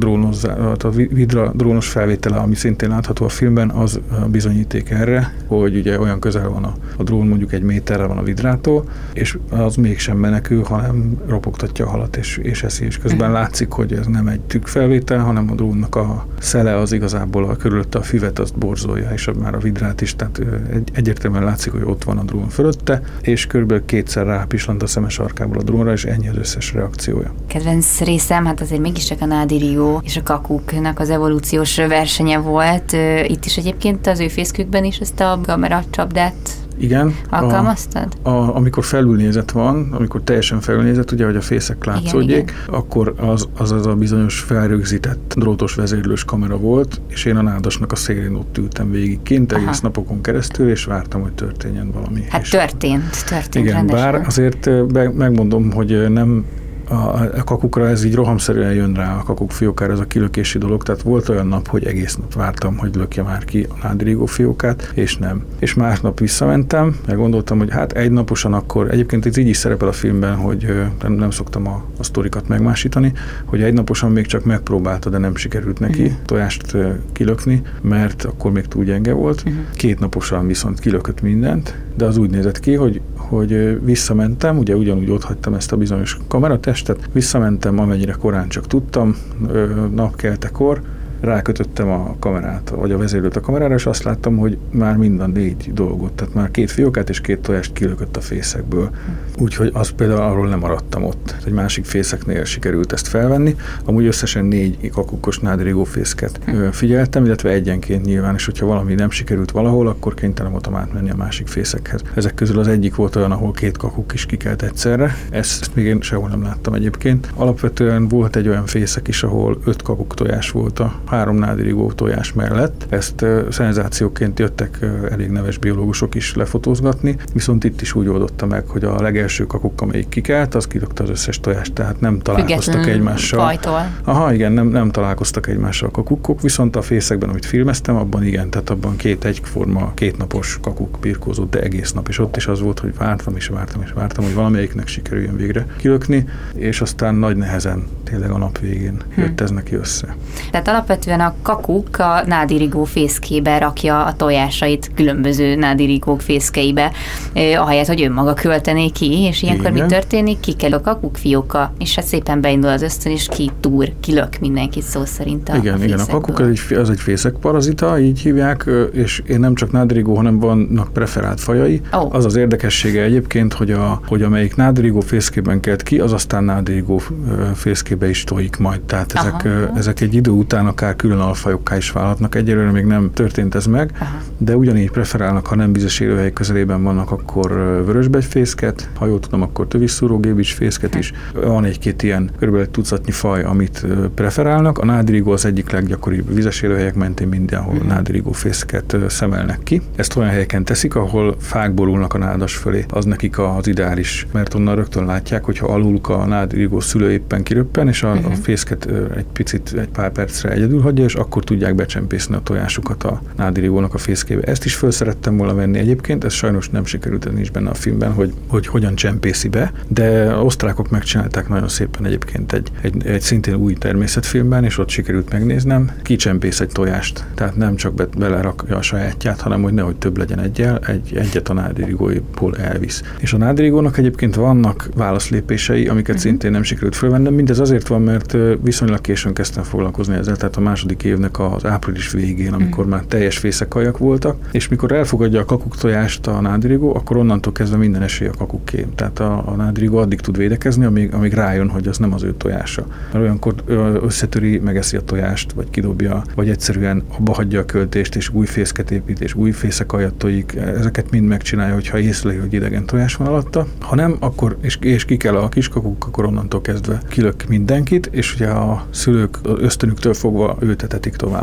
a vidra drónos felvétele, ami szintén látható a filmben, az bizonyíték erre, hogy ugye olyan közel van a, a drón, mondjuk egy méterre van a vidrától, és az mégsem menekül, hanem ropogtatja a halat, és, és eszi, és közben látszik, hogy ez nem egy tükkfelvétel, hanem a drónnak a szele az igazából a körülötte a füvet, azt borzolja, és már a vidrát is, tehát egy, egyértelműen látszik, hogy ott van a drón fölötte, és körülbelül kétszer rápislant a szemes sarkából a drónra, és ennyi az összes reakciója. Kedvenc részem, hát azért mégiscsak a Nádi-Rigó és a kakuknak az evolúciós versenye volt. Itt is egyébként az ő fészkükben is ezt a kamera csapdát igen. Alkalmaztad? A, a, amikor felülnézet van, amikor teljesen felülnézet, ugye, hogy a fészek látszódjék, igen, igen. akkor az, az az a bizonyos felrögzített drótos vezérlős kamera volt, és én a nádasnak a szélén ott ültem végig kint, egész Aha. napokon keresztül, és vártam, hogy történjen valami. Hát és történt, történt igen, rendesen. Bár azért be, megmondom, hogy nem A, a kakukra ez így rohamszerűen jön rá, a kakuk fiókára ez a kilökési dolog, tehát volt olyan nap, hogy egész nap vártam, hogy lökje már ki a Nádi-Rigó fiókát, és nem. És másnap visszamentem, meg gondoltam, hogy hát egynaposan akkor, egyébként ez így is szerepel a filmben, hogy nem, nem szoktam a, a sztorikat megmásítani, hogy egynaposan még csak megpróbálta, de nem sikerült neki uh-huh. tojást kilökni, mert akkor még túl gyenge volt. Uh-huh. Két naposan viszont kilökött mindent, de az úgy nézett ki, hogy hogy visszamentem, ugye ugyanúgy ott hagytam ezt a bizonyos kameratestet, visszamentem, amennyire korán csak tudtam, napkeltekor, rákötöttem a kamerát, vagy a vezérlőt a kamerára, és azt láttam, hogy már mind négy dolgot, tehát már két fiókát és két tojást kilökött a fészekből. Úgyhogy az például arról nem maradtam ott. Egy másik fészeknél sikerült ezt felvenni. Amúgy összesen négy kakukos Nádi-Rigó fészket figyeltem, illetve egyenként nyilván, és hogyha valami nem sikerült valahol, akkor kénytelen voltam átmenni a másik fészekhez. Ezek közül az egyik volt olyan, ahol két kakuk is kikelt egyszerre. Ezt, ezt még én sehol nem láttam egyébként. Alapvetően volt egy olyan fészek is, ahol öt kakuk tojás volt a három Nádi-Rigó tojás mellett. Ezt uh, szenzációként jöttek uh, elég neves biológusok is lefotózgatni, viszont itt is úgy oldotta meg, hogy a legelső kakuk, amelyik kikelt, az kilökte az összes tojást, tehát nem találkoztak Független egymással. Fajtól. Aha, igen, nem, nem találkoztak egymással a kakukok, viszont a fészekben, amit filmeztem, abban igen, tehát abban két egyforma, kétnapos kakuk birkózott, de egész nap, és ott is az volt, hogy vártam és vártam és vártam, hogy valamelyiknek sikerüljön végre kilökni, és aztán nagy nehezen, tényleg a nap végén hm. jött ez neki össze. Tehát alapvetően a kakuk a Nádi-Rigó fészkébe rakja a tojásait különböző Nádi-Rigók fészkeibe, ahelyett, hogy önmaga költené ki, és ilyenkor igen. mi történik? Ki kell a kakuk fióka, és hát szépen beindul az ösztön, és ki túr, kilök mindenkit szó szerint a Igen, a igen, a kakuk az egy, az egy fészekparazita, így hívják, és én nem csak Nádi-Rigó, hanem vannak preferált fajai. Oh. Az az érdekessége egyébként, hogy, a, hogy amelyik Nádi-Rigó fészkében kelt ki, az aztán Nádi-Rigó fészkébe is tojik majd. Tehát ezek, ezek egy idő után akár külön alfajokká is válhatnak. Egyelőre még nem történt ez meg, Aha. de ugyanígy preferálnak, ha nem vizes élőhely közelében vannak, akkor vörösbegyfészket, ha jól tudom, akkor tövisszúró gébics fészket is. Van egy-két ilyen körülbelül tucatnyi faj, amit preferálnak. A Nádi-Rigó az egyik leggyakoribb vizes élőhelyek mentén mindenhol uh-huh. Nádi-Rigó fészket szemelnek ki. Ezt olyan helyeken teszik, ahol fák borulnak a nádas fölé. Az nekik az ideális, mert onnan rögtön látják, hogyha aluluk a Nádi-Rigó szülő éppen kiröppen, és a, uh-huh. a fészket egy picit, egy pár percre egyedül hagyja, és akkor tudják becsempészni a tojásukat a Nádi-Rigónak a fészkébe. Ezt is föl szerettem volna venni egyébként, ez sajnos nem sikerült, ez nincs benne a filmben, hogy, hogy hogyan csempészi be, de osztrákok megcsinálták nagyon szépen egyébként egy, egy, egy szintén új természetfilmben, és ott sikerült megnéznem, kicsempész egy tojást, tehát nem csak be, belerakja a sajátját, hanem hogy nehogy több legyen egyel, egy, egyet a Nádi-Rigóból elvisz. És a Nádi-Rigónak egyébként vannak válaszlépései, amiket uh-huh. szintén nem sikerült fölvennem, mindez azért van, mert viszonylag későn kezdtem foglalkozni ezzel, tehát a második évnek az április végén, amikor uh-huh. már teljes fészekaljak voltak, és mikor elfogadja a kakuk tojást a Nádi-Rigó, akkor onnantól kezdve minden esély a kakuké. Tehát a, a Nádi-Rigó addig tud védekezni, amíg, amíg rájön, hogy az nem az ő tojása. Mert olyankor összetöri, megeszi a tojást, vagy kidobja, vagy egyszerűen abba hagyja a költést, és új fészket épít, és új fészekaljat tojik. Ezeket mind megcsinálja, hogyha észleli, hogy idegen tojás van alatta. Ha nem, akkor, és, és ki kell a kiskakuk, akkor onnantól kezdve kilök mindenkit, és ugye a szülők ösztönüktől fogva ültetetik tovább.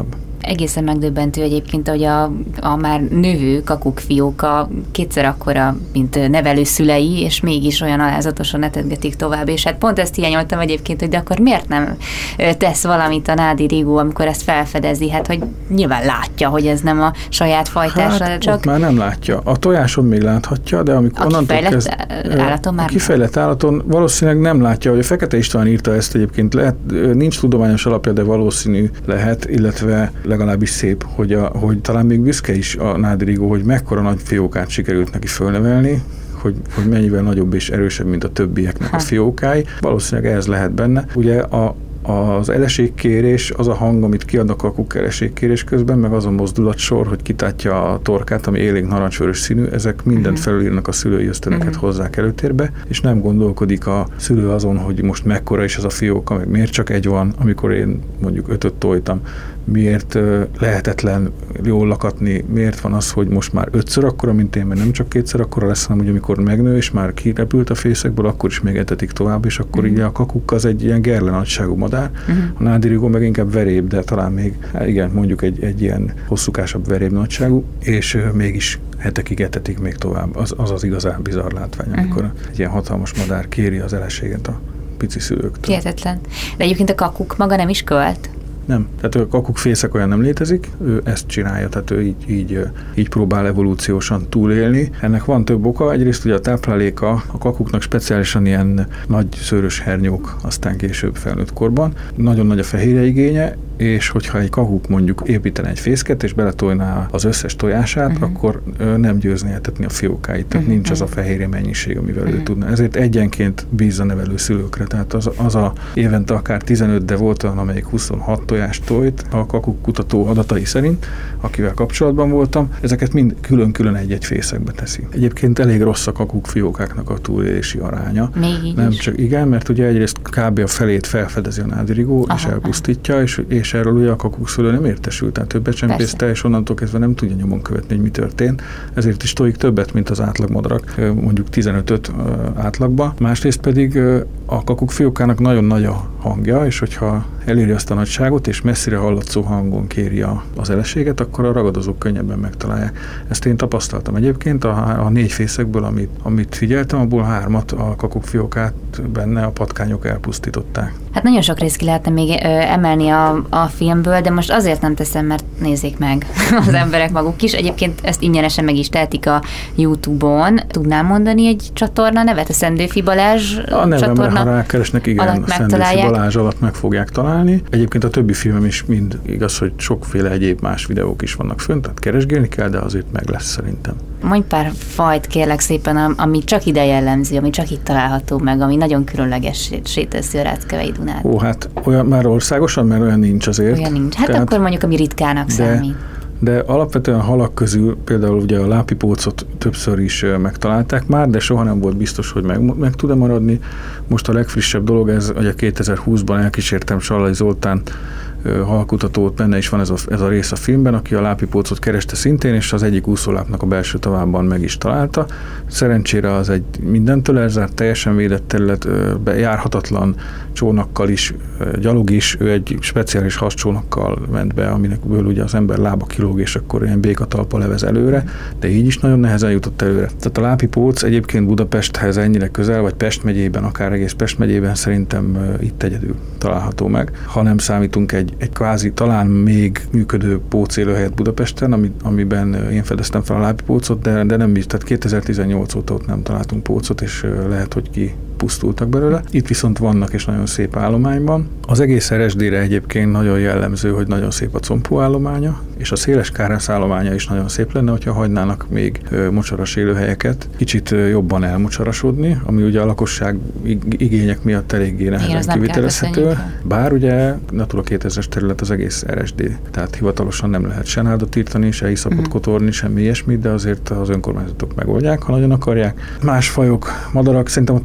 Egészen megdöbbentő egyébként, hogy a, a már növő kakukfióka kétszer akkora, mint nevelőszülei, és mégis olyan alázatosan etetgetik tovább. És hát pont ezt hiányoltam egyébként, hogy de akkor miért nem tesz valamit a Nádi Rigó, amikor ezt felfedezi? Hát, hogy nyilván látja, hogy ez nem a saját fajtása, hát, csak... ott már nem látja. A tojáson még láthatja, de amikor a onnantól kifejlett kezd... állaton már A kifejlett állaton valószínűleg nem látja, hogy a Fekete István írta ezt egyébként, lehet, nincs tudományos alapja, de valószínű lehet, illetve legalábbis szép, hogy, a, hogy talán még büszke is a Nádi Rigó, hogy mekkora nagy fiókát sikerült neki fölnevelni, hogy, hogy mennyivel nagyobb és erősebb, mint a többieknek ha. a fiókái. Valószínűleg ez lehet benne. Ugye a Az eleségkérés, az a hang, amit kiadnak a kakuk eleségkérés közben, meg az a mozdulatsor, hogy kitátja a torkát, ami élénk narancsvörös színű, ezek mindent uh-huh. felülírnak a szülői ösztönöket uh-huh. hozzák előtérbe, és nem gondolkodik a szülő azon, hogy most mekkora is ez a fióka, meg miért csak egy van, amikor én mondjuk ötöt tojtam, miért lehetetlen jól lakatni, miért van az, hogy most már ötször akkora, mint én, mert nem csak kétszer akkora lesz, hanem hogy amikor megnő, és már kirepült a fészekből, akkor is még etetik tovább, és akkor uh-huh. így a kakuk az egy ilyen gerle nagyságú madár. Uh-huh. A Nádi Rigó meg inkább veréb, de talán még, hát igen, mondjuk egy, egy ilyen hosszúkásabb veréb nagyságú, és uh, mégis hetekig etetik még tovább. Az az, az igazán bizarr látvány, uh-huh. amikor egy ilyen hatalmas madár kéri az eleséget a pici szülőktől. Hihetetlen. De egyébként a kakuk maga nem is költ? Nem. Tehát a kakukfészek olyan nem létezik, ő ezt csinálja, tehát ő így, így, így próbál evolúciósan túlélni. Ennek van több oka, egyrészt ugye a tápláléka, a kakuknak speciálisan ilyen nagy szőrös hernyók, aztán később felnőtt korban. Nagyon nagy a fehérje igénye, és hogyha egy kakuk mondjuk építene egy fészket, és beletojná az összes tojását, uh-huh. akkor nem győzné etetni a fiókáit, tehát uh-huh. nincs az a fehérje mennyiség, amivel uh-huh. ő tudna. Ezért egyenként bízza nevelő szülőkre, tehát az, az a évente akár tizenöt, de volt olyan, amelyik huszonhat tojást tojt, a kakuk kutató adatai szerint, akivel kapcsolatban voltam, ezeket mind külön-külön egy-egy fészekbe teszi. Egyébként elég rossz a kakuk fiókáknak a túlélési aránya. Még nem is. Csak igen, mert ugye egyrészt kb. A felét felfedezi a Nádi Rigó, és elpusztítja, és, és erről ugye a kakukszülő nem értesült, tehát ő becsempészte, és onnantól kezdve nem tudja nyomon követni, hogy mi történt. Ezért is tojik többet, mint az átlagmadarak, mondjuk tizenötöt átlagba. Másrészt pedig a kakuk fiókának nagyon nagy a hangja, és hogyha eléri azt a nagyságot, és messzire hallatszó hangon kéri a, az eleséget, akkor a ragadozók könnyebben megtalálják. Ezt én tapasztaltam egyébként, a, a négy fészekből, amit, amit figyeltem, abból hármat a kakukfiókát benne a patkányok elpusztították. Hát nagyon sok részt ki lehetne még ö, emelni a, a filmből, de most azért nem teszem, mert nézzék meg az emberek maguk is. Egyébként ezt ingyenesen meg is tehetik a YouTube-on. Tudnám mondani egy csatorna nevet? A Szendőfi Balázs a nevemre, csatorna? Ha rákeresnek, igen, a Szendőfi Balázs alatt meg fogják találni. Egyébként a többi filmem is mind igaz, hogy sokféle egyéb más videók is vannak fönt, tehát keresgélni kell, de azért meg lesz szerintem. Mondj pár fajt kérlek szépen, ami csak ide jellemző, ami csak itt található meg, ami nagyon különlegessé teszi a Ráckevei Dunát. Ó, hát olyan már országosan, mert olyan nincs azért. Olyan nincs. Hát tehát, akkor mondjuk, ami ritkának de, számít. De alapvetően halak közül például ugye a lápipócot többször is megtalálták már, de soha nem volt biztos, hogy meg, meg tud-e maradni. Most a legfrissebb dolog, ez, hogy a kétezer-húszban elkísértem Sallai Zoltán halkutatót, benne is van ez a, ez a rész a filmben, aki a lápipócot kereste szintén, és az egyik úszólápnak a belső tavában meg is találta. Szerencsére az egy mindentől elzárt, teljesen védett terület, bejárhatatlan csónakkal is, gyalog is, ő egy speciális hascsónakkal ment be, aminekből ugye az ember lába kilóg, és akkor ilyen békatalpa levez előre, de így is nagyon nehezen jutott előre. Tehát a lápipóc egyébként Budapesthez ennyire közel, vagy Pest megyében, akár egész Pest megyében szerintem itt egyedül található meg, ha nem számítunk egy egy kvázi talán még működő pócélőhelyet Budapesten, ami, amiben én fedeztem fel a lápipócot, de, de nem is, tehát kétezer-tizennyolc óta ott nem találtunk pócot, és lehet, hogy ki pusztultak belőle. Itt viszont vannak, és nagyon szép állományban. Az egész er es dé-re egyébként nagyon jellemző, hogy nagyon szép a combó állománya, és a széles kárász állománya is nagyon szép lenne, hogyha hagynának még mocsaras élőhelyeket kicsit jobban elmocsarasodni, ami ugye a lakosság igények miatt eléggé nehezen kivitelezhető. Bár ugye Natura kétezres terület az egész er es dé, tehát hivatalosan nem lehet se nádat írtani, se iszapot uh-huh. kotorni, semmi ilyesmit, de azért az önkormányzatok megoldják, ha nagyon akarják. Más fajok, madarak, szerintem a törpegém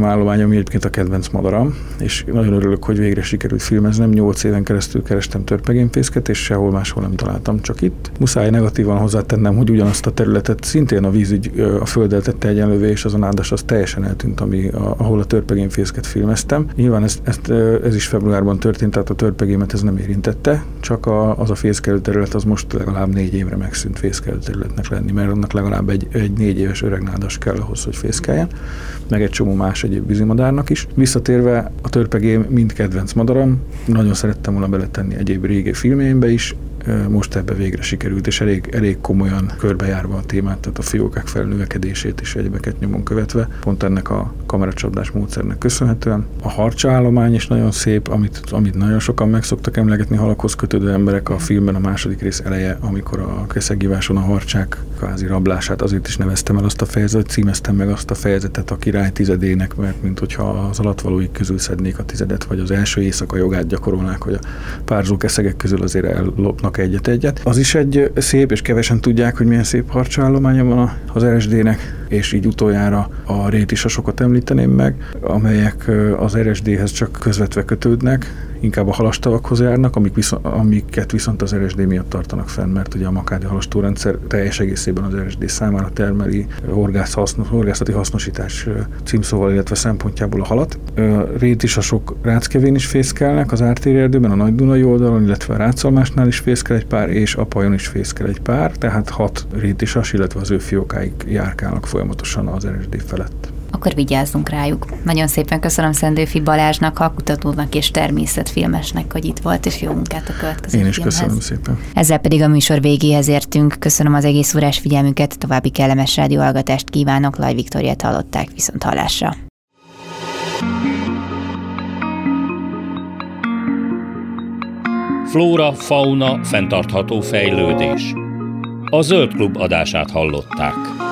állomány, ami egyébként a kedvenc madaram, és nagyon örülök, hogy végre sikerült filmeznem. Nyolc éven keresztül kerestem törpegénfészket, és sehol máshol nem találtam, csak itt. Muszáj negatívan hozzátennem, hogy ugyanazt a területet szintén a vízügy a földdel tette egyenlővé, és az a nádas az teljesen eltűnt, ami, a, ahol a törpegénfészket filmeztem. Nyilván ez, ezt, ez is februárban történt, tehát a törpegémet ez nem érintette, csak a, az a fészkelő terület az most legalább négy évre megszűnt fészkelő területnek lenni, mert annak legalább egy, egy négy éves öreg nádas kell ahhoz, hogy fészkeljen, meg egy csomó más egyéb vízimadárnak is. Visszatérve, a törpegém mind kedvenc madaram, nagyon szerettem volna beletenni egyéb régi filmjeimbe is, most ebbe végre sikerült, és elég, elég komolyan körbejárva a témát, tehát a fiókák felnövekedését és egyebeket nyomon követve, pont ennek a kameracsapdás módszernek köszönhetően. A harcsa állomány is nagyon szép, amit, amit nagyon sokan meg szoktak emlegetni, halakhoz kötődő emberek a filmben a második rész eleje, amikor a keszegíváson a harcsák kvázi rablását, azért is neveztem el azt a fejezetet, címeztem meg azt a fejezetet a király tizedének, mert mint hogyha az alattvalóik közül szednék a tizedet, vagy az első éjszaka jogát gyakorolnák, hogy a párzó keszegek közül azért ellopnak egyet-egyet. Az is egy szép, és kevesen tudják, hogy milyen szép harcsaállománya van az er es dé-nek, és így utoljára a rétisasokat említeném meg, amelyek az er es dé-hez csak közvetve kötődnek, inkább a halastavakhoz járnak, amik viszont, amiket viszont az er es dé miatt tartanak fenn, mert ugye a makádi halastórendszer teljes egészében az er es dé számára termeli horgász hasznos, horgászati hasznosítás címszóval, illetve szempontjából a halat. Rétisasok Ráckevén is fészkelnek, az Ártéri erdőben, a Nagy-Dunai oldalon, illetve a Rácalmásnál is fészkel egy pár, és Apajon is fészkel egy pár, tehát hat rétisas, illetve az ő fiókáik járkálnak folyamatosan az er es dé felett. Akkor vigyázzunk rájuk. Nagyon szépen köszönöm Szendőfi Balázsnak, halkutatónak és természetfilmesnek, hogy itt volt, és jó munkát a következő Én is filmhez. köszönöm szépen. Ezzel pedig a műsor végéhez értünk. Köszönöm az egész órás figyelmüket, további kellemes rádióhallgatást kívánok. Laj Viktóriát hallották, viszont hallásra. Flóra, fauna, fenntartható fejlődés. A Zöld Klub adását hallották.